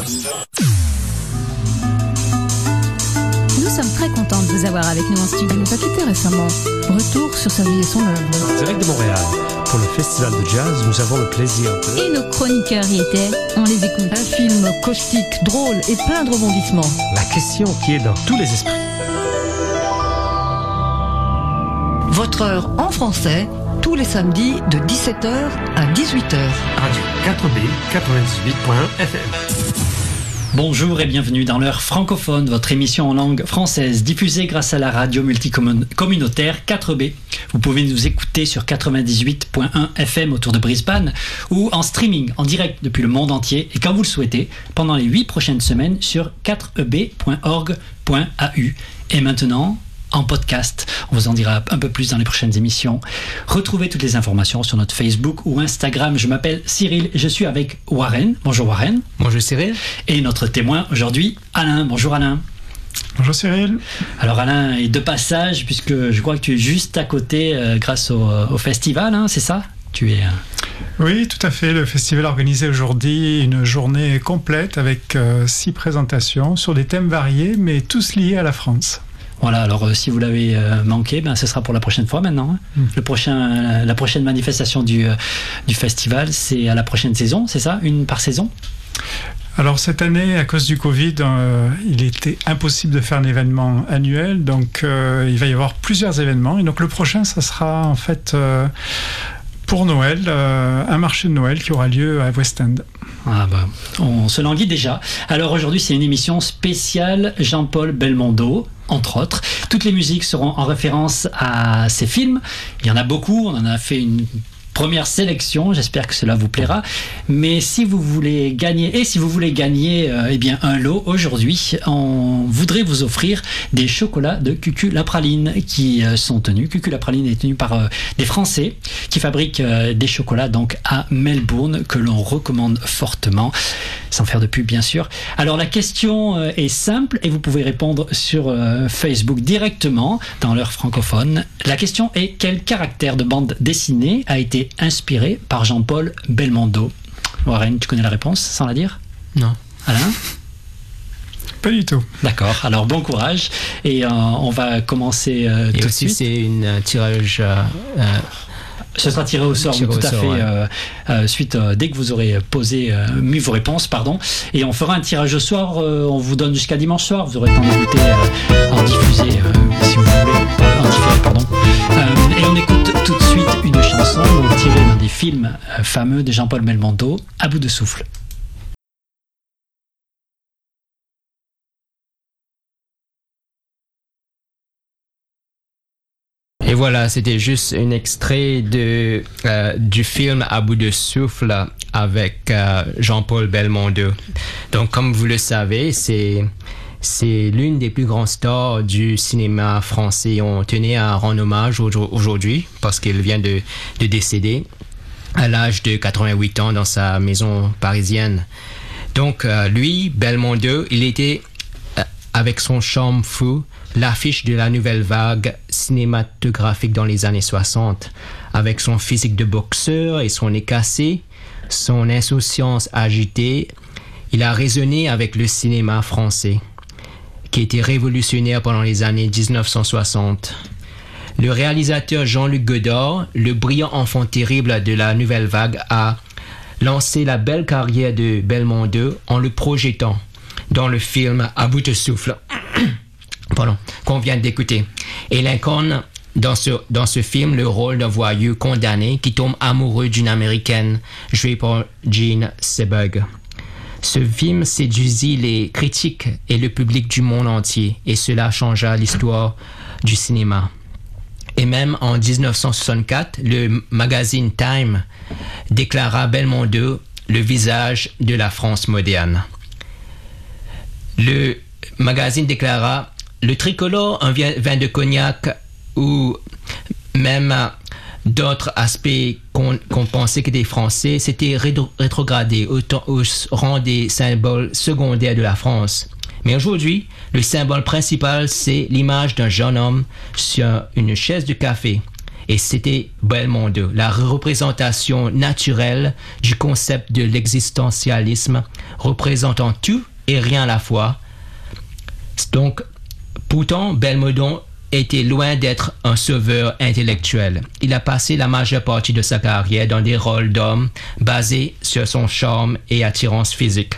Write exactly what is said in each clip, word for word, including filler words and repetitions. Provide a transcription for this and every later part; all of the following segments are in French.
Nous sommes très contents de vous avoir avec nous en studio. Elle nous a quittés récemment. Retour sur sa vie et son œuvre. Direct de Montréal, pour le Festival de Jazz, nous avons le plaisir de... Et nos chroniqueurs y étaient, on les écoute. Un film caustique, drôle et plein de rebondissements. La question qui est dans tous les esprits. Votre heure en français, tous les samedis de dix-sept heures à dix-huit heures. Radio quatre B quatre-vingt-dix-huit point un F M. Bonjour et bienvenue dans l'heure francophone, votre émission en langue française diffusée grâce à la radio multicommunautaire quatre B. Vous pouvez nous écouter sur quatre-vingt-dix-huit point un F M autour de Brisbane ou en streaming en direct depuis le monde entier et quand vous le souhaitez pendant les huit prochaines semaines sur quatre e b point org point a u. Et maintenant, en podcast. On vous en dira un peu plus dans les prochaines émissions. Retrouvez toutes les informations sur notre Facebook ou Instagram. Je m'appelle Cyril et je suis avec Warren. Bonjour Warren. Bonjour Cyril. Et notre témoin aujourd'hui, Alain. Bonjour Alain. Bonjour Cyril. Alors Alain est de passage puisque je crois que tu es juste à côté euh, grâce au, au festival, hein, c'est ça ? Tu es... Euh... Oui, tout à fait. Le festival a organisé aujourd'hui une journée complète avec euh, six présentations sur des thèmes variés mais tous liés à la France. Voilà, alors euh, si vous l'avez euh, manqué, ben, ce sera pour la prochaine fois maintenant. Hein. Mmh. Le prochain, la, la prochaine manifestation du, euh, du festival, c'est à la prochaine saison, c'est ça ? Une par saison ? Alors cette année, à cause du Covid, euh, il était impossible de faire un événement annuel, donc euh, il va y avoir plusieurs événements. Et donc le prochain, ça sera en fait euh, pour Noël, euh, un marché de Noël qui aura lieu à West End. Ah bah, on se languit déjà. Alors aujourd'hui, c'est une émission spéciale Jean-Paul Belmondo, entre autres. Toutes les musiques seront en référence à ces films. Il y en a beaucoup, on en a fait une première sélection, j'espère que cela vous plaira. Mais si vous voulez gagner, et si vous voulez gagner euh, eh bien, un lot aujourd'hui, on voudrait vous offrir des chocolats de Cucu la Praline qui euh, sont tenus. Cucu la Praline est tenu par euh, des Français qui fabriquent euh, des chocolats donc à Melbourne que l'on recommande fortement, sans faire de pub bien sûr. Alors la question euh, est simple et vous pouvez répondre sur euh, Facebook directement dans l'heure francophone. La question est: quel caractère de bande dessinée a été inspiré par Jean-Paul Belmondo? Warren, tu connais la réponse sans la dire? Non. Alain? Pas du tout. D'accord, alors bon courage et euh, on va commencer euh, tout de suite. Et aussi c'est une euh, tirage... Euh, euh, Ce sera tiré au sort, tiré tout au à sort, fait, ouais. euh, euh, suite, euh, dès que vous aurez posé euh, mis vos réponses, pardon. Et on fera un tirage au soir, euh, on vous donne jusqu'à dimanche soir, vous aurez le temps d'écouter, euh, en diffuser, euh, si vous voulez, en différé, pardon. Euh, et on écoute tout de suite une chanson donc, tirée d'un des films euh, fameux de Jean-Paul Belmondo, À bout de souffle. Et voilà, c'était juste un extrait de, euh, du film À bout de souffle avec euh, Jean-Paul Belmondo. Donc, comme vous le savez, c'est, c'est l'une des plus grandes stars du cinéma français. On tenait à rendre hommage aujourd'hui parce qu'il vient de, de décéder à l'âge de quatre-vingt-huit ans dans sa maison parisienne. Donc, euh, lui, Belmondo, il était euh, avec son charme fou, l'affiche de la nouvelle vague cinématographique dans les années soixante. Avec son physique de boxeur et son nez cassé, son insouciance agitée, il a résonné avec le cinéma français, qui était révolutionnaire pendant les années dix-neuf cent soixante. Le réalisateur Jean-Luc Godard, le brillant enfant terrible de la nouvelle vague, a lancé la belle carrière de Belmondo en le projetant dans le film À bout de souffle. Pardon, qu'on vient d'écouter. Et il incarne dans ce, dans ce film le rôle d'un voyou condamné qui tombe amoureux d'une américaine jouée par Jean Seberg. Ce film séduisit les critiques et le public du monde entier et cela changea l'histoire du cinéma. Et même en dix-neuf cent soixante-quatre, le magazine Time déclara Belmondo le visage de la France moderne. Le magazine déclara: le tricolore, un vin de cognac ou même d'autres aspects qu'on, qu'on pensait que des Français, c'était rétrogradé au, au rang des symboles secondaires de la France. Mais aujourd'hui, le symbole principal, c'est l'image d'un jeune homme sur une chaise de café. Et c'était Belmondo, la représentation naturelle du concept de l'existentialisme, représentant tout et rien à la fois. Donc, pourtant, Belmondo était loin d'être un sauveur intellectuel. Il a passé la majeure partie de sa carrière dans des rôles d'homme basés sur son charme et attirance physique.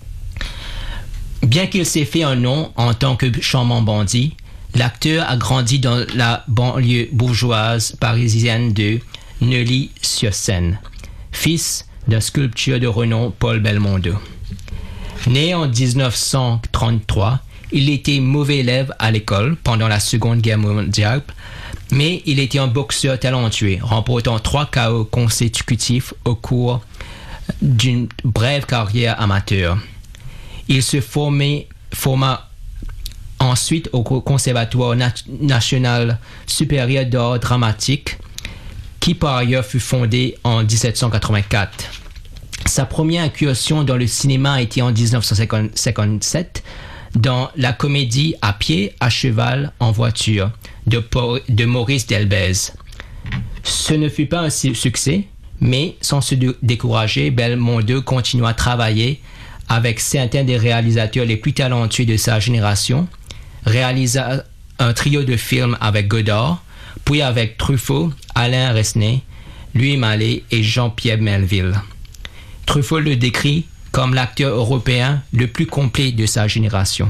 Bien qu'il s'ait fait un nom en tant que charmant bandit, l'acteur a grandi dans la banlieue bourgeoise parisienne de Neuilly-sur-Seine, fils d'un sculpteur de renom Paul Belmondo. Né en dix-neuf cent trente-trois, il était mauvais élève à l'école pendant la Seconde Guerre mondiale, mais il était un boxeur talentueux, remportant trois K O consécutifs au cours d'une brève carrière amateur. Il se formait, forma ensuite au Conservatoire na- national supérieur d'art dramatique, qui par ailleurs fut fondé en dix-sept cent quatre-vingt-quatre. Sa première incursion dans le cinéma a été en dix-neuf cent cinquante-sept dans la comédie À pied, à cheval, en voiture de, Por- de Maurice Delbez. Ce ne fut pas un succès, mais sans se de- décourager, Belmondo continua à travailler avec certains des réalisateurs les plus talentueux de sa génération, réalisa un trio de films avec Godard, puis avec Truffaut, Alain Resnais, Louis Malle et Jean-Pierre Melville. Truffaut le décrit comme l'acteur européen le plus complet de sa génération.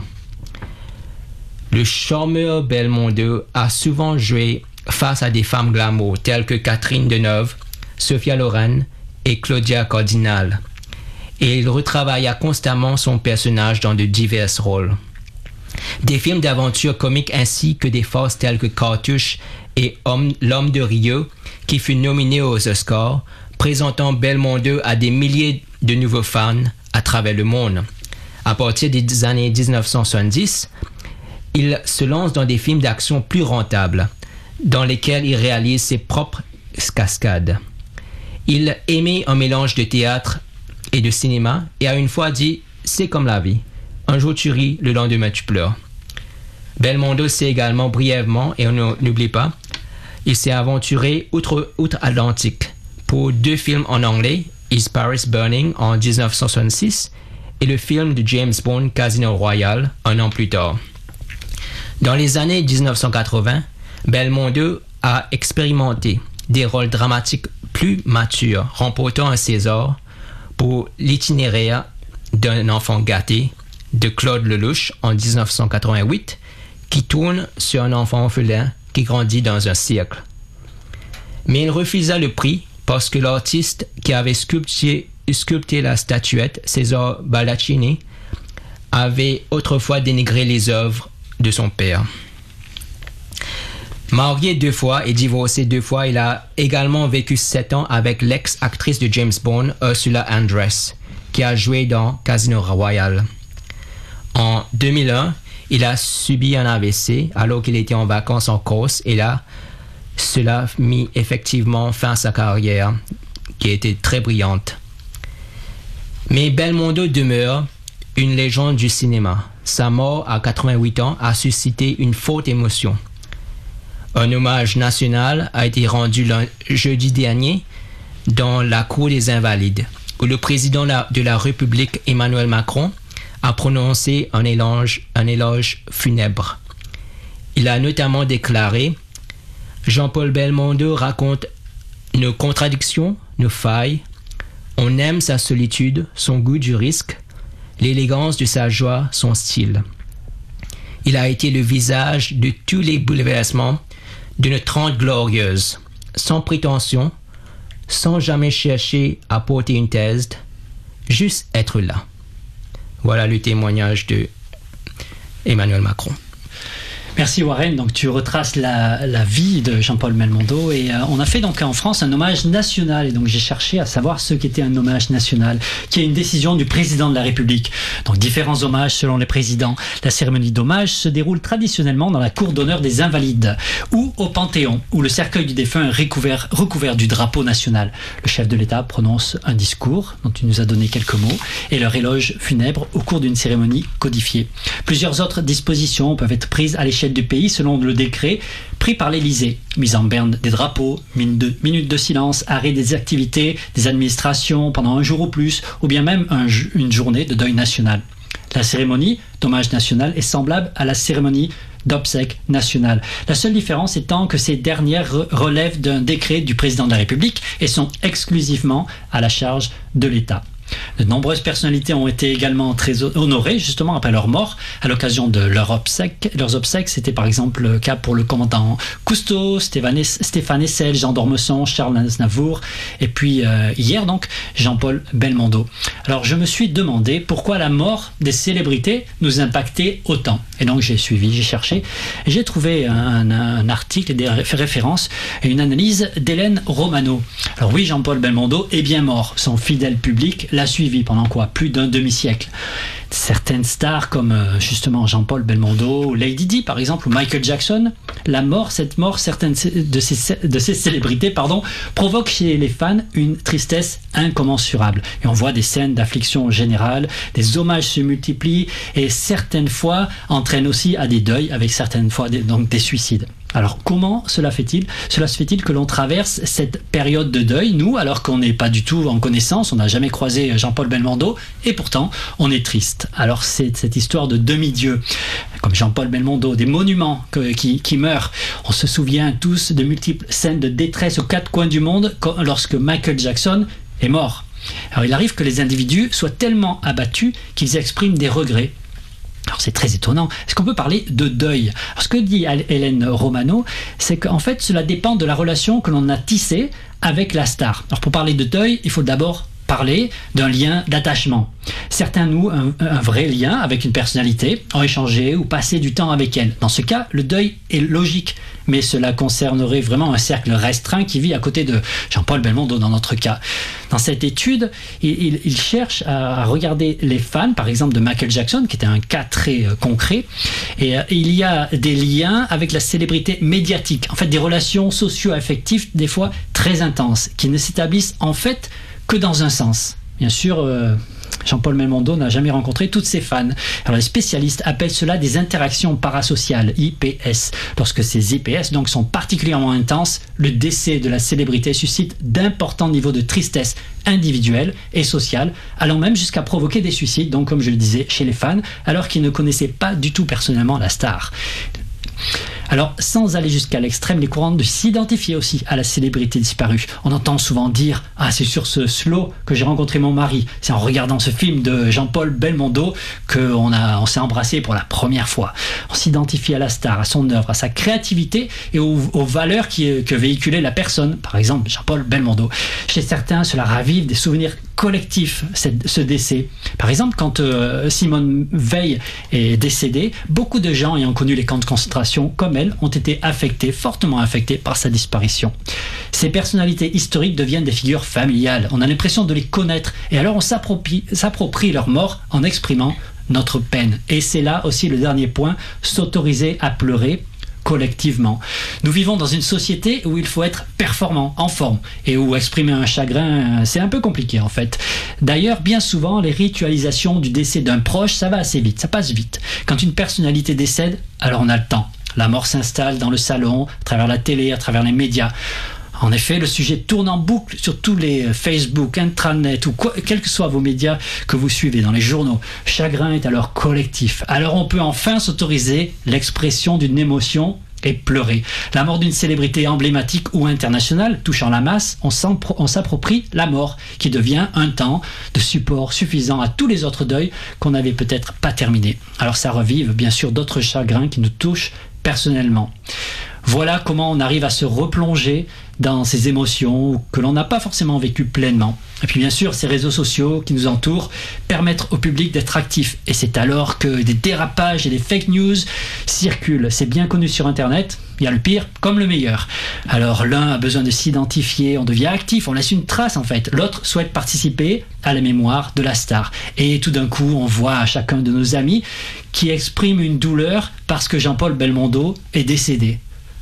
Le charmeur Belmondo a souvent joué face à des femmes glamour telles que Catherine Deneuve, Sophia Loren et Claudia Cardinal, et il retravailla constamment son personnage dans de divers rôles. Des films d'aventure comiques ainsi que des farces telles que Cartouche et Homme, L'Homme de Rio, qui fut nominé aux Oscars, présentant Belmondo à des milliers de nouveaux fans à travers le monde. À partir des années dix-neuf cent soixante-dix, il se lance dans des films d'action plus rentables, dans lesquels il réalise ses propres cascades. Il aimait un mélange de théâtre et de cinéma et a une fois dit « C'est comme la vie. Un jour tu ris, le lendemain tu pleures ». Belmondo s'est également brièvement, et on n'oublie pas, il s'est aventuré outre, outre-Atlantique pour deux films en anglais, Is Paris Burning en dix-neuf cent soixante-six et le film de James Bond Casino Royale un an plus tard. Dans les années dix-neuf cent quatre-vingts, Belmondo a expérimenté des rôles dramatiques plus matures, remportant un César pour L'itinéraire d'un enfant gâté de Claude Lelouch en dix-neuf cent quatre-vingt-huit, qui tourne sur un enfant orphelin qui grandit dans un cirque. Mais il refusa le prix parce que l'artiste qui avait sculpté, sculpté la statuette, César Ballaccini, avait autrefois dénigré les œuvres de son père. Marié deux fois et divorcé deux fois, il a également vécu sept ans avec l'ex-actrice de James Bond, Ursula Andress, qui a joué dans Casino Royale. En deux mille un, il a subi un A V C alors qu'il était en vacances en Corse et là, cela mit effectivement fin à sa carrière, qui était très brillante. Mais Belmondo demeure une légende du cinéma. Sa mort à quatre-vingt-huit ans a suscité une forte émotion. Un hommage national a été rendu le jeudi dernier dans la Cour des Invalides, où le président de la République, Emmanuel Macron, a prononcé un éloge, un éloge funèbre. Il a notamment déclaré « Jean-Paul Belmondo raconte nos contradictions, nos failles. On aime sa solitude, son goût du risque, l'élégance de sa joie, son style. Il a été le visage de tous les bouleversements d'une Trente Glorieuses, sans prétention, sans jamais chercher à porter une thèse, juste être là. » Voilà le témoignage de Emmanuel Macron. Merci Warren, donc tu retraces la, la vie de Jean-Paul Belmondo et euh, on a fait donc en France un hommage national et donc j'ai cherché à savoir ce qu'était un hommage national, qui est une décision du président de la République. Donc différents hommages selon les présidents. La cérémonie d'hommage se déroule traditionnellement dans la cour d'honneur des Invalides ou au Panthéon où le cercueil du défunt est recouvert, recouvert du drapeau national. Le chef de l'État prononce un discours dont tu nous as donné quelques mots et leur éloge funèbre au cours d'une cérémonie codifiée. Plusieurs autres dispositions peuvent être prises à l'échelle l'échelle du pays selon le décret pris par l'Élysée. Mise en berne des drapeaux, minutes de, minutes de silence, arrêt des activités, des administrations pendant un jour ou plus, ou bien même un, une journée de deuil national. La cérémonie d'hommage national est semblable à la cérémonie d'obsèques nationales. La seule différence étant que ces dernières relèvent d'un décret du président de la République et sont exclusivement à la charge de l'État. De nombreuses personnalités ont été également très honorées, justement après leur mort, à l'occasion de leur obsèques. Leurs obsèques, c'était par exemple le cas pour le commandant Cousteau, Stéphane Hessel, Jean d'Ormesson, Charles Aznavour, et puis euh, hier donc, Jean-Paul Belmondo. Alors je me suis demandé pourquoi la mort des célébrités nous impactait autant. Et donc j'ai suivi, j'ai cherché, et j'ai trouvé un, un article, des références et une analyse d'Hélène Romano. Alors oui, Jean-Paul Belmondo est bien mort, son fidèle public l'a suivi pendant quoi? Plus d'un demi-siècle. Certaines stars comme euh, justement Jean-Paul Belmondo, Lady Di par exemple, ou Michael Jackson, la mort, cette mort, certaines de ces, de ces célébrités, pardon, provoque chez les fans une tristesse incommensurable. Et on voit des scènes d'affliction générale, des hommages se multiplient et certaines fois entraînent aussi à des deuils, avec certaines fois des, donc des suicides. Alors comment cela fait-il Cela se fait-il que l'on traverse cette période de deuil, nous, alors qu'on n'est pas du tout en connaissance, on n'a jamais croisé Jean-Paul Belmondo, et pourtant on est triste. Alors c'est cette histoire de demi-dieux, comme Jean-Paul Belmondo, des monuments que, qui, qui meurent. On se souvient tous de multiples scènes de détresse aux quatre coins du monde lorsque Michael Jackson est mort. Alors il arrive que les individus soient tellement abattus qu'ils expriment des regrets. Alors c'est très étonnant. Est-ce qu'on peut parler de deuil? Alors, ce que dit Hélène Romano, c'est qu'en fait cela dépend de la relation que l'on a tissée avec la star. Alors pour parler de deuil, il faut d'abord parler d'un lien d'attachement. Certains nouent un, un vrai lien avec une personnalité, ont échangé ou passé du temps avec elle. Dans ce cas, le deuil est logique, mais cela concernerait vraiment un cercle restreint qui vit à côté de Jean-Paul Belmondo dans notre cas. Dans cette étude, il, il, il cherche à regarder les fans, par exemple de Michael Jackson, qui était un cas très euh, concret, et euh, il y a des liens avec la célébrité médiatique, en fait des relations socio-affectives des fois très intenses, qui ne s'établissent en fait que dans un sens. Bien sûr, euh, Jean-Paul Belmondo n'a jamais rencontré toutes ses fans. Alors les spécialistes appellent cela des interactions parasociales, I P S. Lorsque ces I P S donc sont particulièrement intenses, le décès de la célébrité suscite d'importants niveaux de tristesse individuelle et sociale, allant même jusqu'à provoquer des suicides, donc comme je le disais, chez les fans, alors qu'ils ne connaissaient pas du tout personnellement la star. Alors, sans aller jusqu'à l'extrême, les courants de s'identifier aussi à la célébrité disparue. On entend souvent dire « Ah, c'est sur ce slow que j'ai rencontré mon mari. C'est en regardant ce film de Jean-Paul Belmondo qu'on a, on s'est embrassé pour la première fois. » On s'identifie à la star, à son œuvre, à sa créativité et aux, aux valeurs qui, que véhiculait la personne. Par exemple, Jean-Paul Belmondo. Chez certains, cela ravive des souvenirs collectif, ce décès. Par exemple, quand euh, Simone Veil est décédée, beaucoup de gens ayant connu les camps de concentration, comme elle, ont été affectés, fortement affectés par sa disparition. Ces personnalités historiques deviennent des figures familiales. On a l'impression de les connaître et alors on s'approprie, s'approprie leur mort en exprimant notre peine. Et c'est là aussi le dernier point, s'autoriser à pleurer collectivement. Nous vivons dans une société où il faut être performant, en forme, et où exprimer un chagrin, c'est un peu compliqué en fait. D'ailleurs, bien souvent, les ritualisations du décès d'un proche, ça va assez vite, ça passe vite. Quand une personnalité décède, alors on a le temps. La mort s'installe dans le salon, à travers la télé, à travers les médias. En effet, le sujet tourne en boucle sur tous les Facebook, intranet ou quoi, quels que soient vos médias que vous suivez dans les journaux. Chagrin est alors collectif. Alors on peut enfin s'autoriser l'expression d'une émotion et pleurer. La mort d'une célébrité emblématique ou internationale touchant la masse, on s'approprie la mort qui devient un temps de support suffisant à tous les autres deuils qu'on n'avait peut-être pas terminés. Alors ça revive bien sûr d'autres chagrins qui nous touchent personnellement. Voilà comment on arrive à se replonger dans ces émotions que l'on n'a pas forcément vécues pleinement. Et puis bien sûr, ces réseaux sociaux qui nous entourent permettent au public d'être actif. Et c'est alors que des dérapages et des fake news circulent. C'est bien connu sur Internet. Il y a le pire comme le meilleur. Alors l'un a besoin de s'identifier, on devient actif, on laisse une trace en fait. L'autre souhaite participer à la mémoire de la star. Et tout d'un coup, on voit chacun de nos amis qui exprime une douleur parce que Jean-Paul Belmondo est décédé.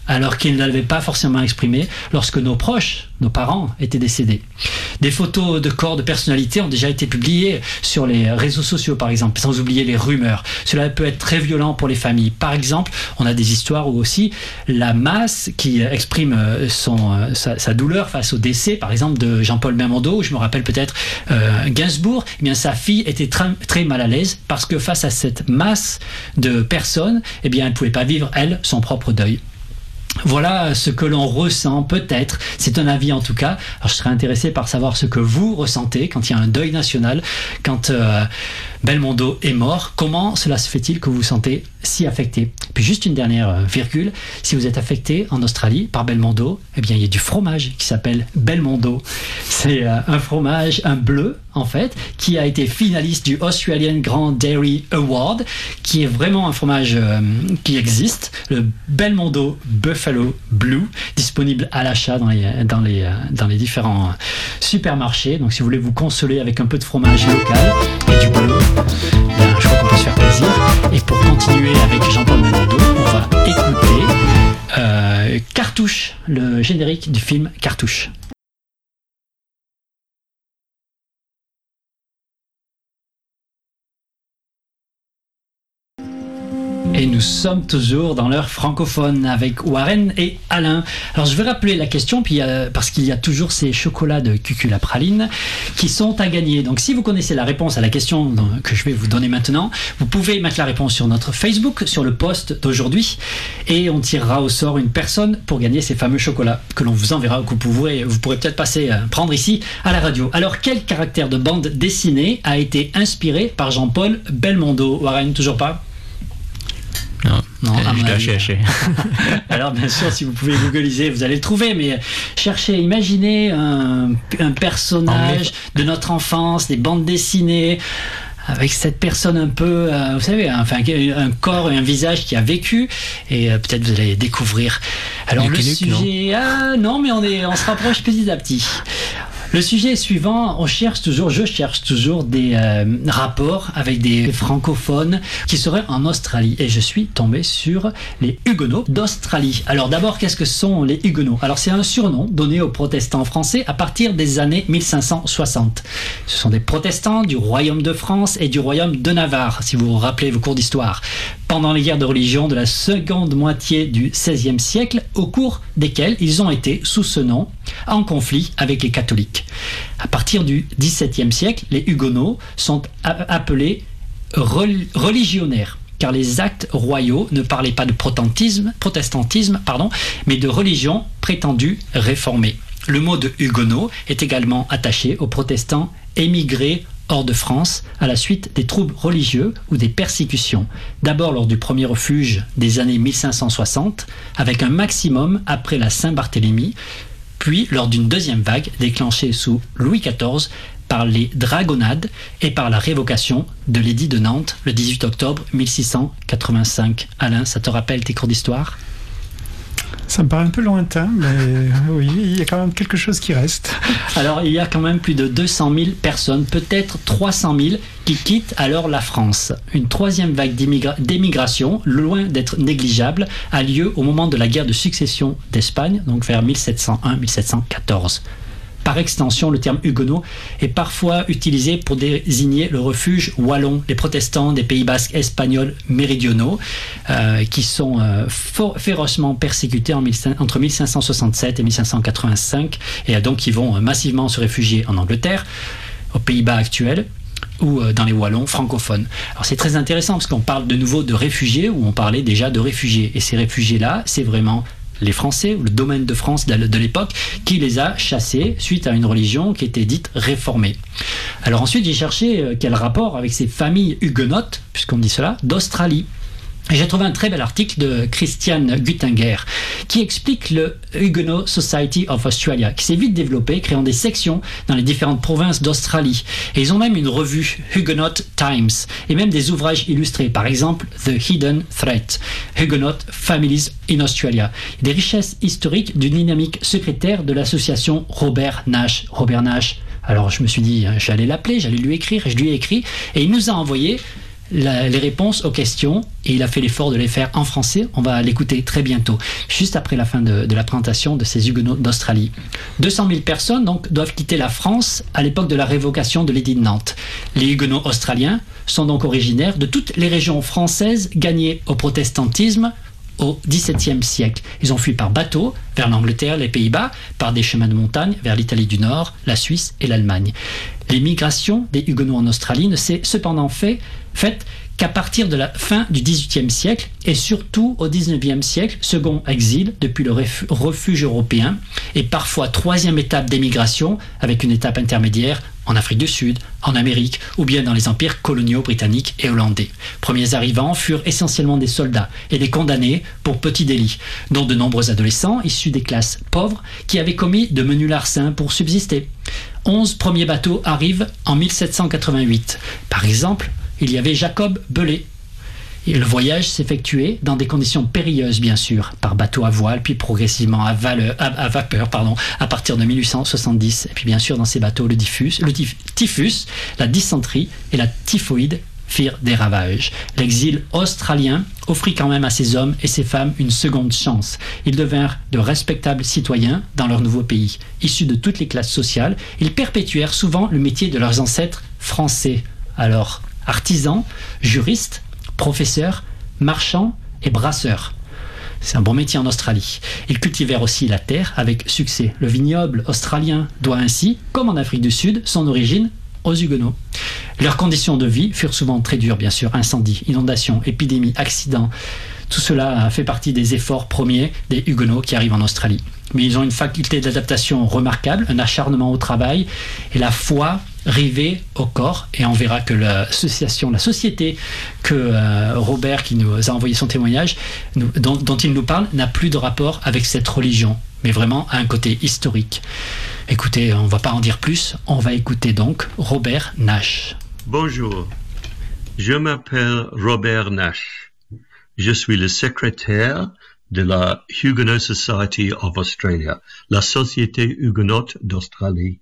alors qu'ils ne l'avaient pas forcément exprimé lorsque nos proches, nos parents, étaient décédés. Des photos de corps de personnalités ont déjà été publiées sur les réseaux sociaux, par exemple, sans oublier les rumeurs. Cela peut être très violent pour les familles. Par exemple, on a des histoires où aussi la masse qui exprime son, sa, sa douleur face au décès, par exemple, de Jean-Paul Belmondo, je me rappelle peut-être euh, Gainsbourg, eh bien, sa fille était très, très mal à l'aise parce que face à cette masse de personnes, eh bien, elle ne pouvait pas vivre, elle, son propre deuil. Voilà ce que l'on ressent, peut-être, c'est un avis en tout cas. Alors je serais intéressé par savoir ce que vous ressentez quand il y a un deuil national, quand euh, Belmondo est mort. Comment cela se fait-il que vous vous sentez si affecté? Puis juste une dernière virgule, si vous êtes affecté en Australie par Belmondo, eh bien il y a du fromage qui s'appelle Belmondo. C'est euh, un fromage, un bleu en fait, qui a été finaliste du Australian Grand Dairy Award, qui est vraiment un fromage euh, qui existe, le Belmondo Buffalo Blue, disponible à l'achat dans les, dans les, euh, dans les différents supermarchés. Donc si vous voulez vous consoler avec un peu de fromage local et du bleu, bien, je crois qu'on peut se faire plaisir. Et pour continuer avec Jean-Paul Belmondo, on va écouter euh, Cartouche, le générique du film Cartouche. Et nous sommes toujours dans l'heure francophone avec Warren et Alain. Alors je vais rappeler la question, puis, euh, parce qu'il y a toujours ces chocolats de Cuculapraline qui sont à gagner. Donc si vous connaissez la réponse à la question que je vais vous donner maintenant, vous pouvez mettre la réponse sur notre Facebook, sur le post d'aujourd'hui, et on tirera au sort une personne pour gagner ces fameux chocolats que l'on vous enverra, que vous pourrez, vous pourrez peut-être passer, euh, prendre ici à la radio. Alors quel caractère de bande dessinée a été inspiré par Jean-Paul Belmondo? Warren, toujours pas? Non, non euh, je dois chercher. Alors bien sûr, si vous pouvez googliser, vous allez le trouver, mais cherchez, imaginez un, un personnage de notre enfance, des bandes dessinées, avec cette personne un peu, euh, vous savez, enfin, un corps et un visage qui a vécu, et euh, peut-être vous allez découvrir. Alors Lucky le Luke, sujet, non, ah, non mais on, est, on se rapproche petit à petit. Le sujet suivant, on cherche toujours, je cherche toujours des euh, rapports avec des francophones qui seraient en Australie. Et je suis tombé sur les Huguenots d'Australie. Alors d'abord, qu'est-ce que sont les Huguenots? Alors c'est un surnom donné aux protestants français à partir des années mille cinq cent soixante. Ce sont des protestants du royaume de France et du royaume de Navarre, si vous vous rappelez vos cours d'histoire, pendant les guerres de religion de la seconde moitié du seizième siècle, au cours desquelles ils ont été, sous ce nom, en conflit avec les catholiques. À partir du dix-septième siècle, les Huguenots sont appelés religionnaires, car les actes royaux ne parlaient pas de protestantisme, protestantisme pardon, mais de religion prétendue réformée. Le mot de Huguenot est également attaché aux protestants émigrés hors de France à la suite des troubles religieux ou des persécutions. D'abord lors du premier refuge des années mille cinq cent soixante, avec un maximum après la Saint-Barthélemy, puis lors d'une deuxième vague déclenchée sous Louis quatorze par les dragonnades et par la révocation de l'édit de Nantes le dix-huit octobre mille six cent quatre-vingt-cinq. Alain, ça te rappelle tes cours d'histoire ? Ça me paraît un peu lointain, mais oui, il y a quand même quelque chose qui reste. Alors, il y a quand même plus de deux cent mille personnes, peut-être trois cent mille, qui quittent alors la France. Une troisième vague d'immigra- d'émigration, loin d'être négligeable, a lieu au moment de la guerre de succession d'Espagne, donc vers mille sept cent un à mille sept cent quatorze. Par extension, le terme huguenot est parfois utilisé pour désigner le refuge wallon, les protestants des Pays basques espagnols méridionaux, euh, qui sont euh, for- férocement persécutés en mille, entre mille cinq cent soixante-sept et mille cinq cent quatre-vingt-cinq, et donc ils vont massivement se réfugier en Angleterre, aux Pays-Bas actuels, ou dans les Wallons francophones. Alors c'est très intéressant parce qu'on parle de nouveau de réfugiés, où on parlait déjà de réfugiés, et ces réfugiés-là, c'est vraiment les Français, ou le domaine de France de l'époque, qui les a chassés suite à une religion qui était dite réformée. Alors ensuite, j'ai cherché quel rapport avec ces familles huguenotes, puisqu'on dit cela, d'Australie. Et j'ai trouvé un très bel article de Christiane Guttinger qui explique le Huguenot Society of Australia, qui s'est vite développé, créant des sections dans les différentes provinces d'Australie. Et ils ont même une revue, Huguenot Times, et même des ouvrages illustrés, par exemple The Hidden Threat, Huguenot Families in Australia. Des richesses historiques d'une dynamique secrétaire de l'association Robert Nash. Robert Nash, alors je me suis dit, j'allais l'appeler, j'allais lui écrire, et je lui ai écrit, et il nous a envoyé la, les réponses aux questions et il a fait l'effort de les faire en français. On va l'écouter très bientôt, juste après la fin de, de la présentation de ces Huguenots d'Australie. deux cent mille personnes donc doivent quitter la France à l'époque de la révocation de l'édit de Nantes. Les Huguenots australiens sont donc originaires de toutes les régions françaises gagnées au protestantisme au dix-septième siècle. Ils ont fui par bateau vers l'Angleterre, les Pays-Bas, par des chemins de montagne vers l'Italie du Nord, la Suisse et l'Allemagne. L'émigration des Huguenots en Australie ne s'est cependant fait, faite qu'à partir de la fin du dix-huitième siècle et surtout au dix-neuvième siècle, second exil depuis le refuge européen et parfois troisième étape d'émigration avec une étape intermédiaire en Afrique du Sud, en Amérique ou bien dans les empires coloniaux britanniques et hollandais. Premiers arrivants furent essentiellement des soldats et des condamnés pour petits délits, dont de nombreux adolescents issus des classes pauvres qui avaient commis de menus larcins pour subsister. Onze premiers bateaux arrivent en mille sept cent quatre-vingt-huit. Par exemple, il y avait Jacob Belay. Et le voyage s'effectuait dans des conditions périlleuses, bien sûr, par bateau à voile, puis progressivement à, valeur, à, à vapeur, pardon, à partir de mille huit cent soixante-dix. Et puis, bien sûr, dans ces bateaux, le, diffus, le tif, typhus, la dysenterie et la typhoïde firent des ravages. L'exil australien offrit quand même à ces hommes et ces femmes une seconde chance. Ils devinrent de respectables citoyens dans leur nouveau pays. Issus de toutes les classes sociales, ils perpétuèrent souvent le métier de leurs ancêtres français. Alors, artisans, juristes, professeurs, marchands et brasseurs. C'est un bon métier en Australie. Ils cultivèrent aussi la terre avec succès. Le vignoble australien doit ainsi, comme en Afrique du Sud, son origine aux Huguenots. Leurs conditions de vie furent souvent très dures, bien sûr. Incendies, inondations, épidémies, accidents. Tout cela fait partie des efforts premiers des Huguenots qui arrivent en Australie. Mais ils ont une faculté d'adaptation remarquable, un acharnement au travail et la foi rivée au corps. Et on verra que l'association, la société que euh, Robert, qui nous a envoyé son témoignage, nous, dont, dont il nous parle, n'a plus de rapport avec cette religion, mais vraiment a un côté historique. Écoutez, on ne va pas en dire plus, on va écouter donc Robert Nash. Bonjour, je m'appelle Robert Nash. Je suis le secrétaire de la Huguenot Society of Australia, la Société huguenote d'Australie.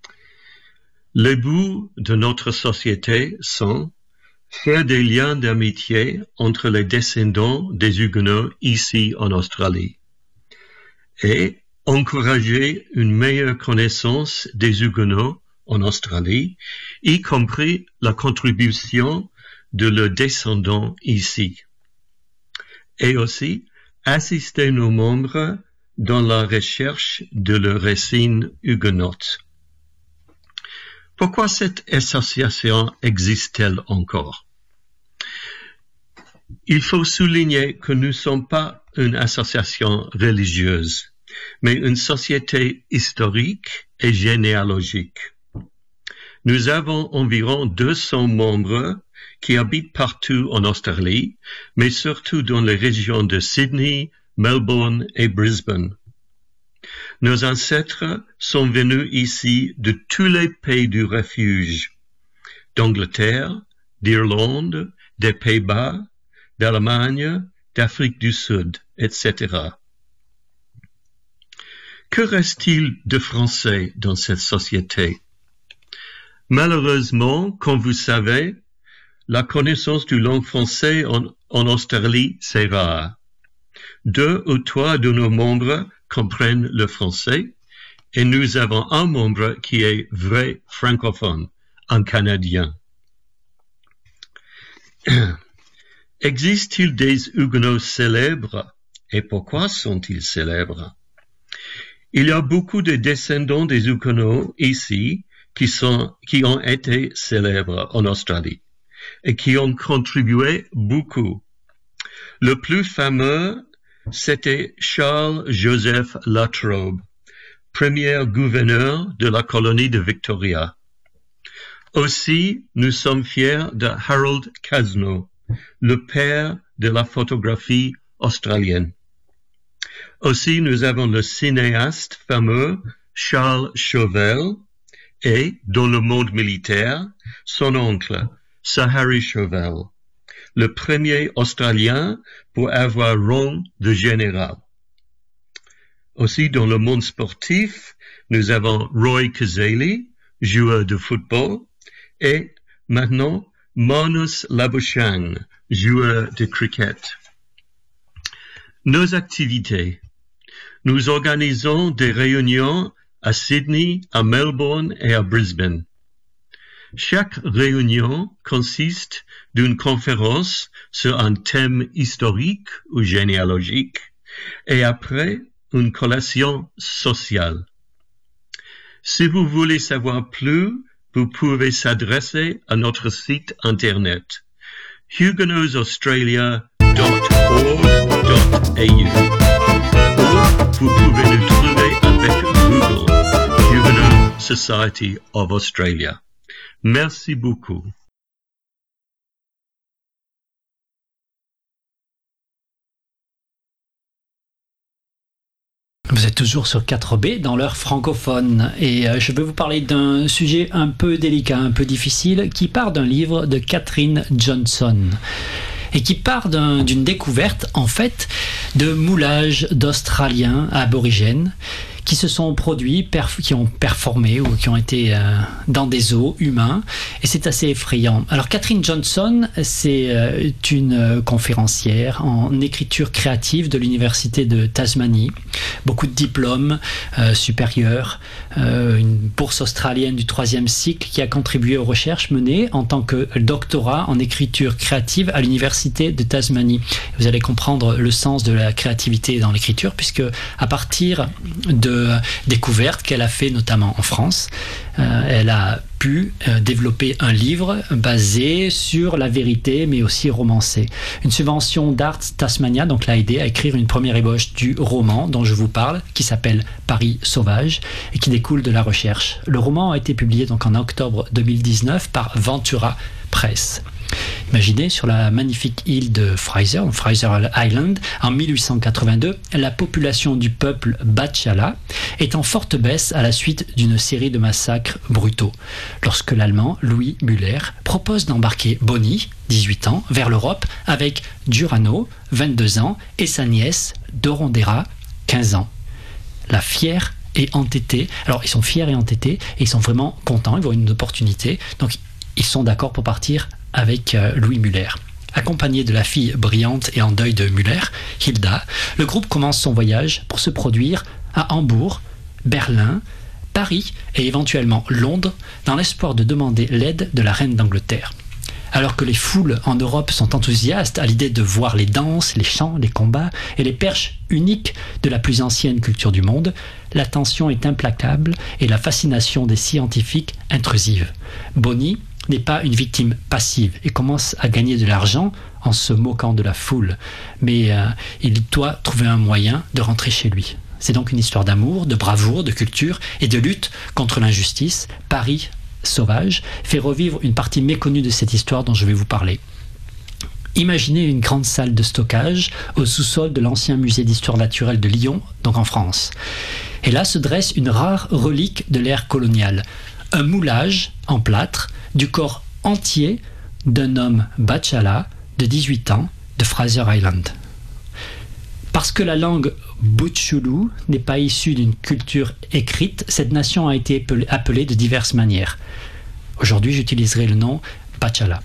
Les buts de notre société sont faire des liens d'amitié entre les descendants des Huguenots ici en Australie et encourager une meilleure connaissance des Huguenots en Australie, y compris la contribution de leurs descendants ici. Et aussi assister nos membres dans la recherche de leurs racines huguenotes. Pourquoi cette association existe-t-elle encore? Il faut souligner que nous ne sommes pas une association religieuse, mais une société historique et généalogique. Nous avons environ deux cents membres qui habitent partout en Australie, mais surtout dans les régions de Sydney, Melbourne et Brisbane. Nos ancêtres sont venus ici de tous les pays du refuge, d'Angleterre, d'Irlande, des Pays-Bas, d'Allemagne, d'Afrique du Sud, et cetera. Que reste-t-il de français dans cette société? Malheureusement, comme vous savez, la connaissance du langue français en, en Australie, c'est rare. Deux ou trois de nos membres comprennent le français et nous avons un membre qui est vrai francophone, un Canadien. Existe-t-il des Huguenots célèbres et pourquoi sont-ils célèbres? Il y a beaucoup de descendants des Huguenots ici qui, sont, qui ont été célèbres en Australie et qui ont contribué beaucoup. Le plus fameux, c'était Charles-Joseph La Trobe, premier gouverneur de la colonie de Victoria. Aussi, nous sommes fiers de Harold Casno, le père de la photographie australienne. Aussi, nous avons le cinéaste fameux Charles Chauvel et, dans le monde militaire, son oncle, Sir Harry Chauvel, le premier Australien pour avoir rang de général. Aussi, dans le monde sportif, nous avons Roy Cazaly, joueur de football, et maintenant, Manus Labuschagne, joueur de cricket. Nos activités. Nous organisons des réunions à Sydney, à Melbourne et à Brisbane. Chaque réunion consiste d'une conférence sur un thème historique ou généalogique et après une collation sociale. Si vous voulez savoir plus, vous pouvez s'adresser à notre site internet huguenots australia dot org dot a u ou vous pouvez nous trouver avec Google Huguenot Society of Australia. Merci beaucoup. Vous êtes toujours sur quatre B dans l'heure francophone et je vais vous parler d'un sujet un peu délicat, un peu difficile, qui part d'un livre de Katherine Johnson et qui part d'un, d'une découverte en fait de moulage d'Australiens aborigènes qui se sont produits, perf- qui ont performé ou qui ont été euh, dans des os humains, et c'est assez effrayant. Alors Katherine Johnson, c'est euh, une conférencière en écriture créative de l'université de Tasmanie, beaucoup de diplômes euh, supérieurs, euh, une bourse australienne du troisième cycle qui a contribué aux recherches menées en tant que doctorat en écriture créative à l'université de Tasmanie. Vous allez comprendre le sens de la créativité dans l'écriture, puisque à partir de découvertes qu'elle a fait notamment en France, euh, elle a pu euh, développer un livre basé sur la vérité mais aussi romancé. Une subvention d'Arts Tasmania donc l'a aidé à écrire une première ébauche du roman dont je vous parle, qui s'appelle Paris sauvage et qui découle de la recherche. Le roman a été publié donc en octobre deux mille dix-neuf par Ventura Press. Imaginez, sur la magnifique île de Fraser, Fraser Island, en mille huit cent quatre-vingt-deux, la population du peuple Bachala est en forte baisse à la suite d'une série de massacres brutaux. Lorsque l'Allemand Louis Müller propose d'embarquer Bonnie, dix-huit ans, vers l'Europe avec Durano, vingt-deux ans, et sa nièce Dorondera, quinze ans. La fière et entêtée, alors ils sont fiers et entêtés, et ils sont vraiment contents, ils voient une opportunité, donc ils sont d'accord pour partir avec Louis Müller. Accompagné de la fille brillante et en deuil de Müller, Hilda, le groupe commence son voyage pour se produire à Hambourg, Berlin, Paris et éventuellement Londres, dans l'espoir de demander l'aide de la reine d'Angleterre. Alors que les foules en Europe sont enthousiastes à l'idée de voir les danses, les chants, les combats et les perches uniques de la plus ancienne culture du monde, l'attention est implacable et la fascination des scientifiques intrusive. Bonnie n'est pas une victime passive et commence à gagner de l'argent en se moquant de la foule, mais euh, il doit trouver un moyen de rentrer chez lui. C'est donc une histoire d'amour, de bravoure, de culture et de lutte contre l'injustice. Paris sauvage fait revivre une partie méconnue de cette histoire dont je vais vous parler. Imaginez une grande salle de stockage au sous-sol de l'ancien musée d'histoire naturelle de Lyon, donc en France. Et là se dresse une rare relique de l'ère coloniale, un moulage en plâtre du corps entier d'un homme Bachala de dix-huit ans de Fraser Island. Parce que la langue Butchulu n'est pas issue d'une culture écrite, cette nation a été appelée de diverses manières. Aujourd'hui, j'utiliserai le nom Bachala.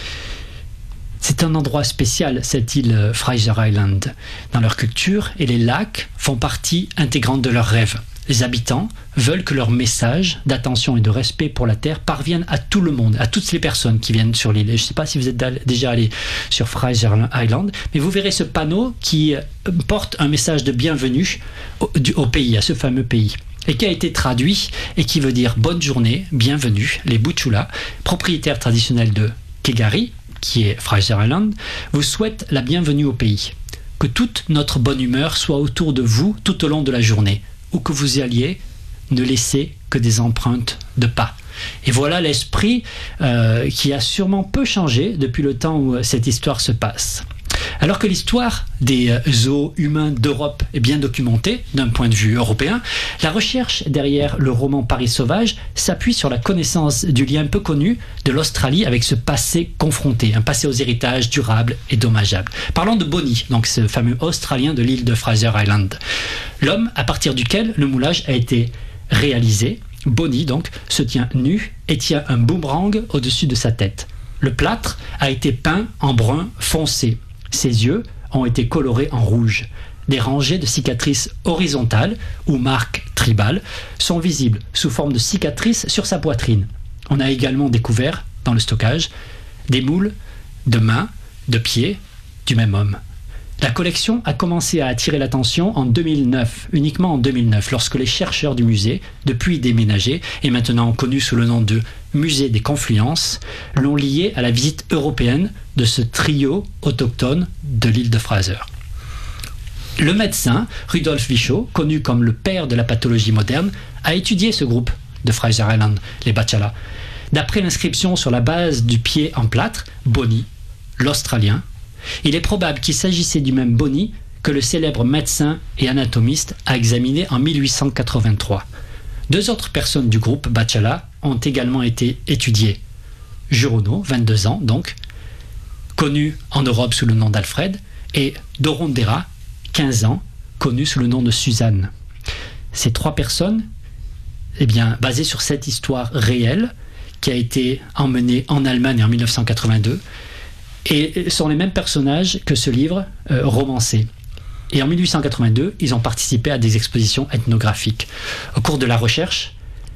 C'est un endroit spécial, cette île Fraser Island, dans leur culture, et les lacs font partie intégrante de leurs rêves. Les habitants veulent que leur message d'attention et de respect pour la terre parvienne à tout le monde, à toutes les personnes qui viennent sur l'île. Et je ne sais pas si vous êtes déjà allé sur Fraser Island, mais vous verrez ce panneau qui porte un message de bienvenue au, du, au pays, à ce fameux pays, et qui a été traduit et qui veut dire bonne journée, bienvenue. Les Butchula, propriétaires traditionnels de Kegari, qui est Fraser Island, vous souhaitent la bienvenue au pays. Que toute notre bonne humeur soit autour de vous tout au long de la journée. Où que vous y alliez, ne laissez que des empreintes de pas. Et voilà l'esprit euh, qui a sûrement peu changé depuis le temps où cette histoire se passe. Alors que l'histoire des zoos humains d'Europe est bien documentée d'un point de vue européen, la recherche derrière le roman Paris sauvage s'appuie sur la connaissance du lien peu connu de l'Australie avec ce passé confronté, un passé aux héritages durables et dommageables. Parlons de Bonnie, donc ce fameux Australien de l'île de Fraser Island. L'homme à partir duquel le moulage a été réalisé, Bonnie donc, se tient nu et tient un boomerang au-dessus de sa tête. Le plâtre a été peint en brun foncé. Ses yeux ont été colorés en rouge. Des rangées de cicatrices horizontales ou marques tribales sont visibles sous forme de cicatrices sur sa poitrine. On a également découvert, dans le stockage, des moules de mains, de pieds du même homme. La collection a commencé à attirer l'attention en deux mille neuf, uniquement en deux mille neuf, lorsque les chercheurs du musée, depuis déménagés et maintenant connus sous le nom de Musée des Confluences, l'ont lié à la visite européenne de ce trio autochtone de l'île de Fraser. Le médecin Rudolf Virchow, connu comme le père de la pathologie moderne, a étudié ce groupe de Fraser Island, les Bachala. D'après l'inscription sur la base du pied en plâtre, Boni, l'Australien, il est probable qu'il s'agissait du même Boni que le célèbre médecin et anatomiste a examiné en mille huit cent quatre-vingt-trois. Deux autres personnes du groupe Bachala ont également été étudiées. Jurono, vingt-deux ans donc, connu en Europe sous le nom d'Alfred, et Dorondera, quinze ans, connu sous le nom de Suzanne. Ces trois personnes, eh bien, basées sur cette histoire réelle qui a été emmenée en Allemagne en mille neuf cent quatre-vingt-deux, et sont les mêmes personnages que ce livre euh, romancé. Et en mille huit cent quatre-vingt-deux, ils ont participé à des expositions ethnographiques. Au cours de la recherche,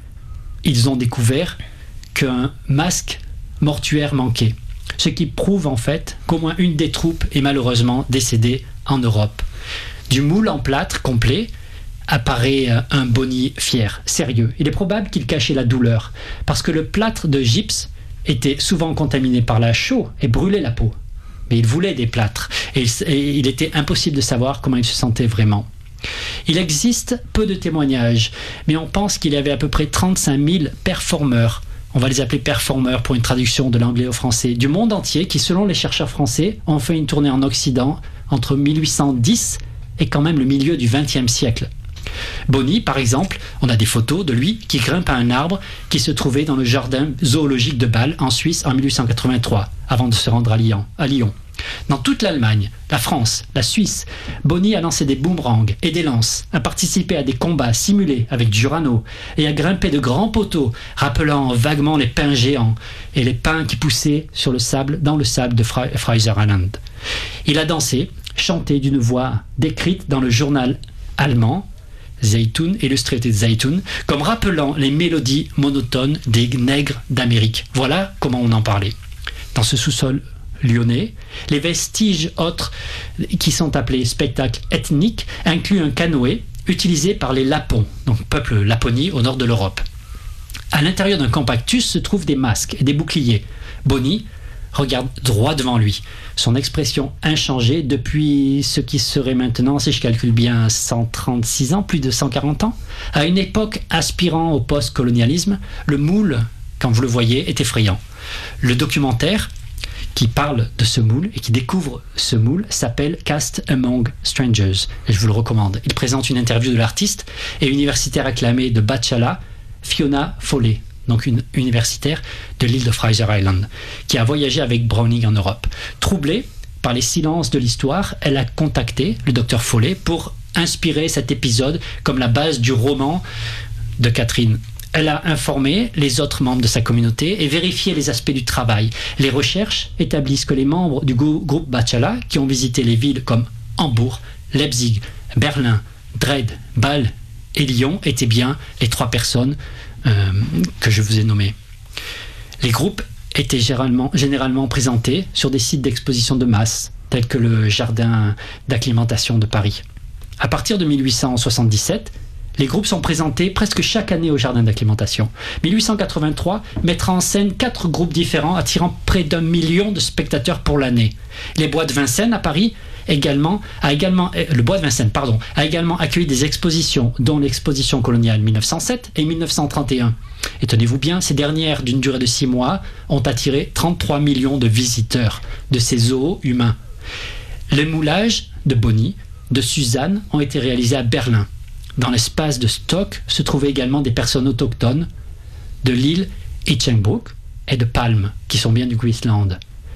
ils ont découvert qu'un masque mortuaire manquait, ce qui prouve en fait qu'au moins une des troupes est malheureusement décédée en Europe. Du moule en plâtre complet apparaît un Boni fier, sérieux. Il est probable qu'il cachait la douleur, parce que le plâtre de gypse était souvent contaminé par la chaux et brûlait la peau. Mais il voulait des plâtres, et il, et il était impossible de savoir comment il se sentait vraiment. Il existe peu de témoignages, mais on pense qu'il y avait à peu près trente-cinq mille performeurs, on va les appeler performeurs pour une traduction de l'anglais au français, du monde entier qui, selon les chercheurs français, ont fait une tournée en Occident entre mille huit cent dix et quand même le milieu du vingtième siècle. Boni, par exemple, on a des photos de lui qui grimpe à un arbre qui se trouvait dans le jardin zoologique de Bâle en Suisse en mille huit cent quatre-vingt-trois, avant de se rendre à Lyon. À Lyon. Dans toute l'Allemagne, la France, la Suisse, Boni a lancé des boomerangs et des lances, a participé à des combats simulés avec Jurano et a grimpé de grands poteaux, rappelant vaguement les pins géants et les pins qui poussaient sur le sable, dans le sable de Fra- Fraser Island. Il a dansé, chanté d'une voix décrite dans le journal allemand Zeitung, Illustrated Zeitung, comme rappelant les mélodies monotones des nègres d'Amérique. Voilà comment on en parlait. Dans ce sous-sol lyonnais, les vestiges autres qui sont appelés spectacles ethniques incluent un canoë utilisé par les Lapons, donc peuple Laponie au nord de l'Europe. À l'intérieur d'un compactus se trouvent des masques et des boucliers. Boni regarde droit devant lui, son expression inchangée depuis ce qui serait maintenant, si je calcule bien, cent trente-six ans, plus de cent quarante ans. À une époque aspirant au post-colonialisme, le moule, quand vous le voyez, est effrayant. Le documentaire qui parle de ce moule et qui découvre ce moule s'appelle Cast Among Strangers, et je vous le recommande. Il présente une interview de l'artiste et universitaire acclamée de Bachala, Fiona Foley, donc une universitaire de l'île de Fraser Island, qui a voyagé avec Browning en Europe. Troublée par les silences de l'histoire, elle a contacté le docteur Foley pour inspirer cet épisode comme la base du roman de Catherine. Elle a informé les autres membres de sa communauté et vérifié les aspects du travail. Les recherches établissent que les membres du groupe Bachala, qui ont visité les villes comme Hambourg, Leipzig, Berlin, Dresde, Bâle et Lyon, étaient bien les trois personnes Euh, que je vous ai nommé. Les groupes étaient généralement, généralement présentés sur des sites d'exposition de masse, tels que le jardin d'acclimatation de Paris. À partir de mille huit cent soixante-dix-sept, les groupes sont présentés presque chaque année au jardin d'acclimatation. mille huit cent quatre-vingt-trois mettra en scène quatre groupes différents attirant près d'un million de spectateurs pour l'année. Les bois de Vincennes à Paris également, a également, le bois de Vincennes pardon, a également accueilli des expositions, dont l'exposition coloniale mille neuf cent sept et mille neuf cent trente et un. Et tenez-vous bien, ces dernières, d'une durée de six mois, ont attiré trente-trois millions de visiteurs de ces zoos humains. Les moulages de Boni, de Suzanne, ont été réalisés à Berlin. Dans l'espace de stock se trouvaient également des personnes autochtones de l'île Hinchinbrook et de Palm, qui sont bien du Queensland.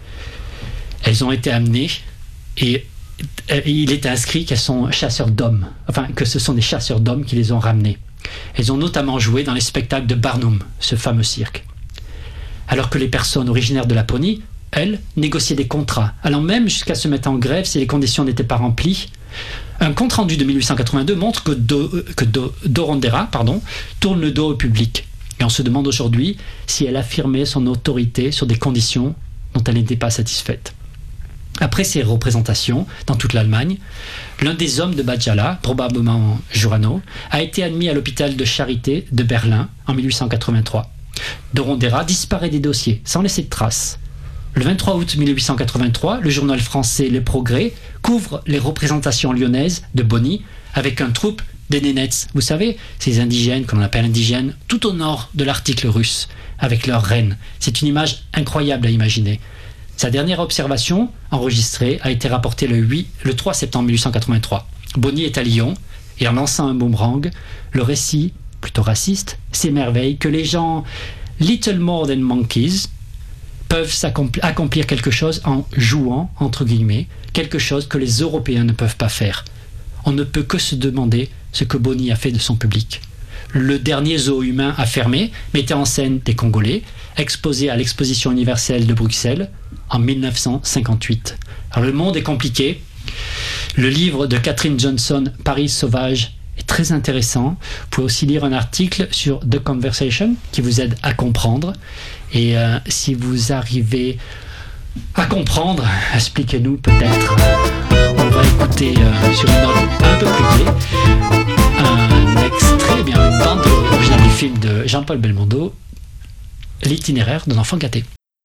Elles ont été amenées et il est inscrit qu'elles sont chasseurs d'hommes, enfin que ce sont des chasseurs d'hommes qui les ont ramenées. Elles ont notamment joué dans les spectacles de Barnum, ce fameux cirque. alors que les personnes originaires de Laponie, elles, négociaient des contrats, allant même jusqu'à se mettre en grève si les conditions n'étaient pas remplies. Un compte-rendu de mille huit cent quatre-vingt-deux montre que, Do, que Do, Dorondera pardon, tourne le dos au public. Et on se demande aujourd'hui si elle affirmait son autorité sur des conditions dont elle n'était pas satisfaite. Après ces représentations dans toute l'Allemagne, l'un des hommes de Badjala, probablement Jurano, a été admis à l'hôpital de charité de Berlin en mille huit cent quatre-vingt-trois. Dorondera disparaît des dossiers sans laisser de traces. Le vingt-trois août mille huit cent quatre-vingt-trois, le journal français Le Progrès couvre les représentations lyonnaises de Bonny avec un troupe des Nénets. Vous savez, ces indigènes, qu'on appelle indigènes, tout au nord de l'article russe, avec leur reine. C'est une image incroyable à imaginer. Sa dernière observation, enregistrée, a été rapportée le, huit, le trois septembre mille huit cent quatre-vingt-trois. Bonny est à Lyon, et en lançant un boomerang, le récit, plutôt raciste, s'émerveille que les gens little more than monkeys peuvent accomplir quelque chose en jouant, entre guillemets, quelque chose que les Européens ne peuvent pas faire. On ne peut que se demander ce que Bonny a fait de son public. Le dernier zoo humain a fermé, mettait en scène des Congolais, exposés à l'exposition universelle de Bruxelles en mille neuf cent cinquante-huit. Alors le monde est compliqué. Le livre de Catherine Johnson, Paris sauvage, est très intéressant. Vous pouvez aussi lire un article sur The Conversation qui vous aide à comprendre. Et euh, si vous arrivez à comprendre, expliquez-nous peut-être. On va écouter euh, sur une note un peu plus clé un extrait, eh bien une bande originale du film de Jean-Paul Belmondo, L'itinéraire d'un enfant gâté.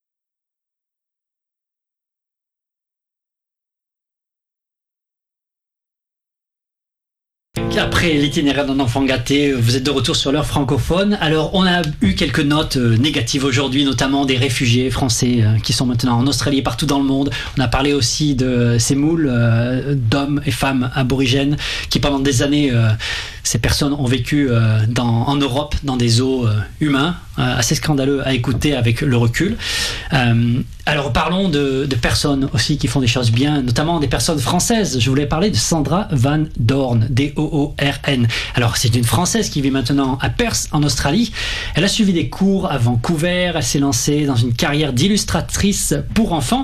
Après l'itinéraire d'un enfant gâté, vous êtes de retour sur l'heure francophone. Alors, on a eu quelques notes négatives aujourd'hui, notamment des réfugiés français qui sont maintenant en Australie et partout dans le monde. On a parlé aussi de ces moules euh, d'hommes et femmes aborigènes qui, pendant des années, euh, ces personnes ont vécu euh, dans, en Europe dans des zoos euh, humains, euh, assez scandaleux à écouter avec le recul. Euh, alors, parlons de, de personnes aussi qui font des choses bien, notamment des personnes françaises. Je voulais parler de Sandra Van Doorn, D O O R N. Alors, c'est une Française qui vit maintenant à Perth, en Australie. Elle a suivi des cours à Vancouver. Elle s'est lancée dans une carrière d'illustratrice pour enfants.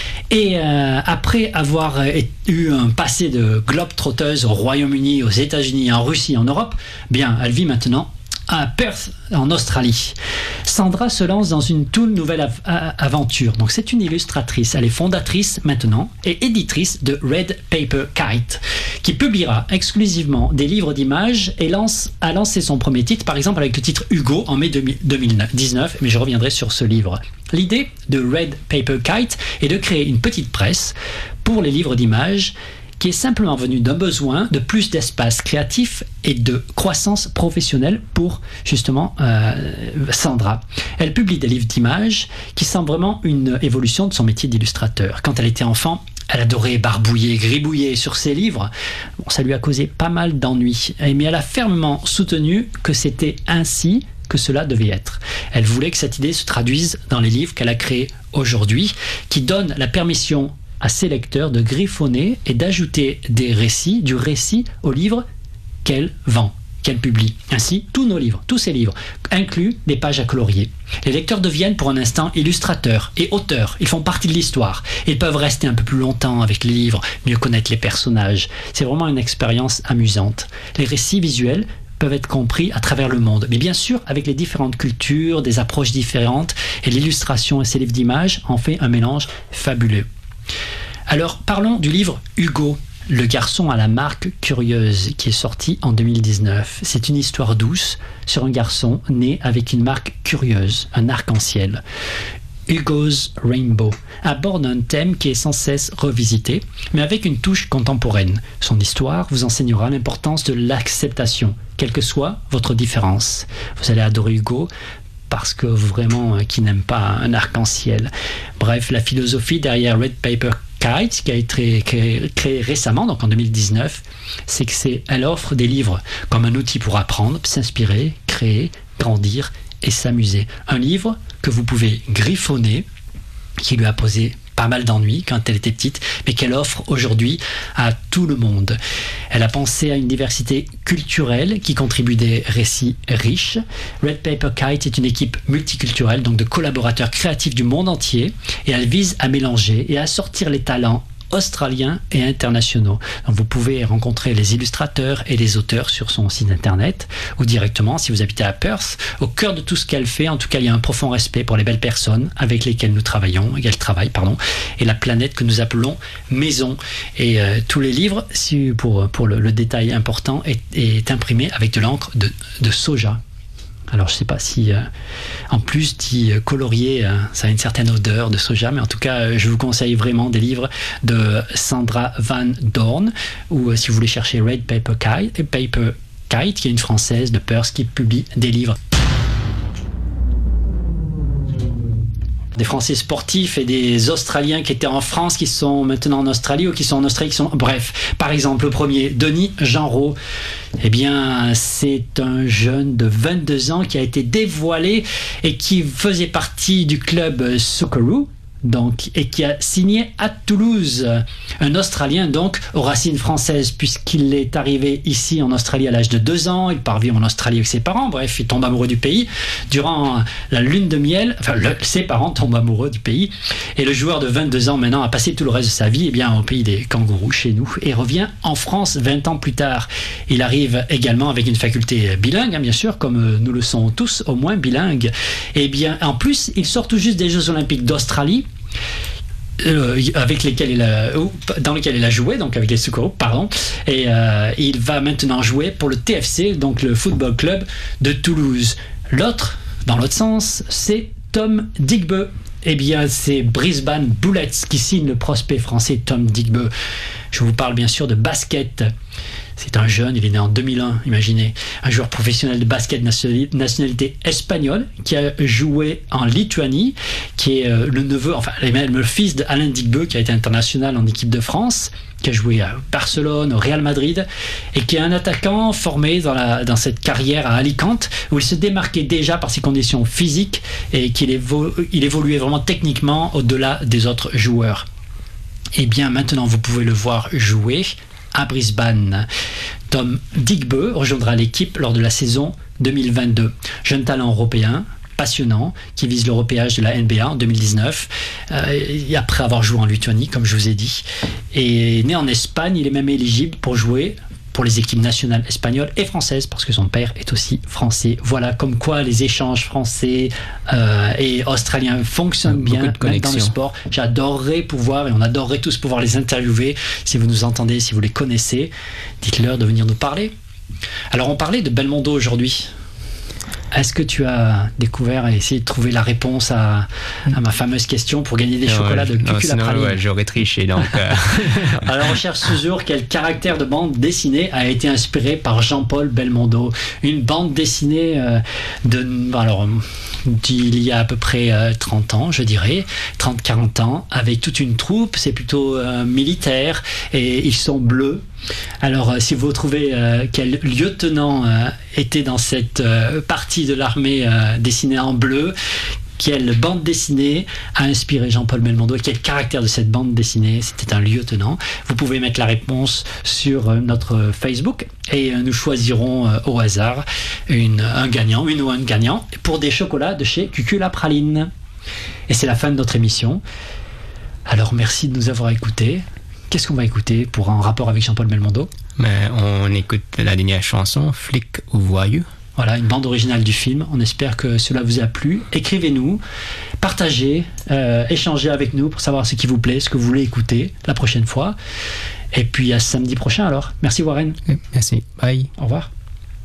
Et euh, après avoir eu un passé de globe-trotteuse au Royaume-Uni, aux États-Unis, en Russie, en Europe, bien, elle vit maintenant à Perth, en Australie. Sandra se lance dans une toute nouvelle av- aventure. Donc, c'est une illustratrice. Elle est fondatrice maintenant et éditrice de Red Paper Kite, qui publiera exclusivement des livres d'images et lance, a lancé son premier titre, par exemple avec le titre Hugo en mai deux mille dix-neuf, mais je reviendrai sur ce livre. L'idée de Red Paper Kite est de créer une petite presse pour les livres d'images qui est simplement venue d'un besoin de plus d'espace créatif et de croissance professionnelle pour justement euh, Sandra. Elle publie des livres d'images qui sont vraiment une évolution de son métier d'illustrateur. Quand elle était enfant, elle adorait barbouiller, gribouiller sur ses livres. Bon, ça lui a causé pas mal d'ennuis, mais elle a fermement soutenu que c'était ainsi que cela devait être. Elle voulait que cette idée se traduise dans les livres qu'elle a créés aujourd'hui, qui donnent la permission à ses lecteurs de griffonner et d'ajouter des récits, du récit aux livres qu'elle vend, qu'elle publie. Ainsi, tous nos livres, tous ces livres, incluent des pages à colorier. Les lecteurs deviennent pour un instant illustrateurs et auteurs. Ils font partie de l'histoire. Ils peuvent rester un peu plus longtemps avec les livres, mieux connaître les personnages. C'est vraiment une expérience amusante. Les récits visuels peuvent être compris à travers le monde, mais bien sûr avec les différentes cultures, des approches différentes, et l'illustration et ces livres d'images en fait un mélange fabuleux. Alors, parlons du livre Hugo, le garçon à la marque curieuse, qui est sorti en deux mille dix-neuf. C'est une histoire douce sur un garçon né avec une marque curieuse, un arc-en-ciel. Hugo's Rainbow aborde un thème qui est sans cesse revisité, mais avec une touche contemporaine. Son histoire vous enseignera l'importance de l'acceptation, quelle que soit votre différence. Vous allez adorer Hugo, parce que vraiment, euh, qui n'aime pas un arc-en-ciel. Bref, la philosophie derrière Red Paper Kite, qui a été créée créé récemment, donc en deux mille dix-neuf, c'est que c'est, elle offre des livres comme un outil pour apprendre, s'inspirer, créer, grandir et s'amuser. Un livre que vous pouvez griffonner, qui lui a posé pas mal d'ennuis quand elle était petite, mais qu'elle offre aujourd'hui à tout le monde. Elle a pensé à une diversité culturelle qui contribue des récits riches. Red Paper Kite est une équipe multiculturelle, donc de collaborateurs créatifs du monde entier, et elle vise à mélanger et à sortir les talents australiens et internationaux. Donc vous pouvez rencontrer les illustrateurs et les auteurs sur son site internet ou directement si vous habitez à Perth. Au cœur de tout ce qu'elle fait, en tout cas, il y a un profond respect pour les belles personnes avec lesquelles nous travaillons, qu'elle travaille, pardon, et la planète que nous appelons maison. Et euh, tous les livres, si, pour, pour le, le détail important, est, est imprimé avec de l'encre de, de soja. Alors je ne sais pas si, euh, en plus d'y colorier, euh, ça a une certaine odeur de soja, mais en tout cas, euh, je vous conseille vraiment des livres de Sandra Van Dorn, ou euh, si vous voulez chercher Red Paper Kite, Paper Kite, qui est une Française de Perth qui publie des livres. Des Français sportifs et des Australiens qui étaient en France, qui sont maintenant en Australie ou qui sont en Australie, qui sont... Bref, par exemple, le premier, Denis Genreau. Eh bien, c'est un jeune de vingt-deux ans qui a été dévoilé et qui faisait partie du club Socceroo. Donc, et qui a signé à Toulouse, un Australien donc aux racines françaises, puisqu'il est arrivé ici en Australie à l'âge de deux ans, il part vivre en Australie avec ses parents, bref, il tombe amoureux du pays. Durant la lune de miel, enfin le, ses parents tombent amoureux du pays, et le joueur de vingt-deux ans maintenant a passé tout le reste de sa vie eh bien, au pays des kangourous chez nous, et revient en France vingt ans plus tard. Il arrive également avec une faculté bilingue, hein, bien sûr, comme nous le sommes tous, au moins bilingues. Et bien, en plus, il sort tout juste des Jeux Olympiques d'Australie, Euh, avec lesquels il a, dans lesquels il a joué, donc avec les Socceroos, pardon, et euh, il va maintenant jouer pour le T F C, donc le football club de Toulouse. L'autre, dans l'autre sens, c'est Tom Digbeu. Eh bien, c'est Brisbane Bullets qui signe le prospect français Tom Digbeu. Je vous parle bien sûr de basket. C'est un jeune, il est né en deux mille un, imaginez, un joueur professionnel de basket nationalité espagnole qui a joué en Lituanie, qui est le neveu, enfin même le fils d'Alain Digbeu qui a été international en équipe de France, qui a joué à Barcelone, au Real Madrid, et qui est un attaquant formé dans, la, dans cette carrière à Alicante, où il se démarquait déjà par ses conditions physiques et qu'il évo- il évoluait vraiment techniquement au-delà des autres joueurs. Et bien maintenant vous pouvez le voir jouer à Brisbane. Tom Digbeu rejoindra l'équipe lors de la saison deux mille vingt-deux. Jeune talent européen, passionnant, qui vise l'européage de la N B A en deux mille dix-neuf, euh, après avoir joué en Lituanie, comme je vous ai dit. Et né en Espagne, il est même éligible pour jouer pour les équipes nationales espagnoles et françaises, parce que son père est aussi français. Voilà, comme quoi les échanges français euh, et australiens fonctionnent bien même dans le sport. J'adorerais pouvoir, et on adorerait tous pouvoir les interviewer. Si vous nous entendez, si vous les connaissez, dites-leur de venir nous parler. Alors, on parlait de Belmondo aujourd'hui. Est-ce que tu as découvert et essayé de trouver la réponse à, à ma fameuse question pour gagner des non, chocolats de Cuculapraline? Ouais, j'aurais triché donc. Euh... Alors on cherche toujours quel caractère de bande dessinée a été inspiré par Jean-Paul Belmondo. Une bande dessinée euh, de, alors, d'il y a à peu près euh, trente ans, je dirais, trente à quarante ans, avec toute une troupe, c'est plutôt euh, militaire et ils sont bleus. Alors, euh, si vous trouvez euh, quel lieutenant euh, était dans cette euh, partie de l'armée euh, dessinée en bleu, quelle bande dessinée a inspiré Jean-Paul Belmondo et quel caractère de cette bande dessinée, c'était un lieutenant, vous pouvez mettre la réponse sur euh, notre Facebook et euh, nous choisirons euh, au hasard une, un gagnant, une ou un gagnant pour des chocolats de chez Cuculapraline. Et c'est la fin de notre émission. Alors, merci de nous avoir écoutés. Qu'est-ce qu'on va écouter pour un rapport avec Jean-Paul Belmondo? Mais on écoute la dernière chanson, Flic ou Voyou. Voilà, une bande originale du film. On espère que cela vous a plu. Écrivez-nous, partagez, euh, échangez avec nous pour savoir ce qui vous plaît, ce que vous voulez écouter la prochaine fois. Et puis à samedi prochain alors. Merci Warren. Merci. Bye. Au revoir.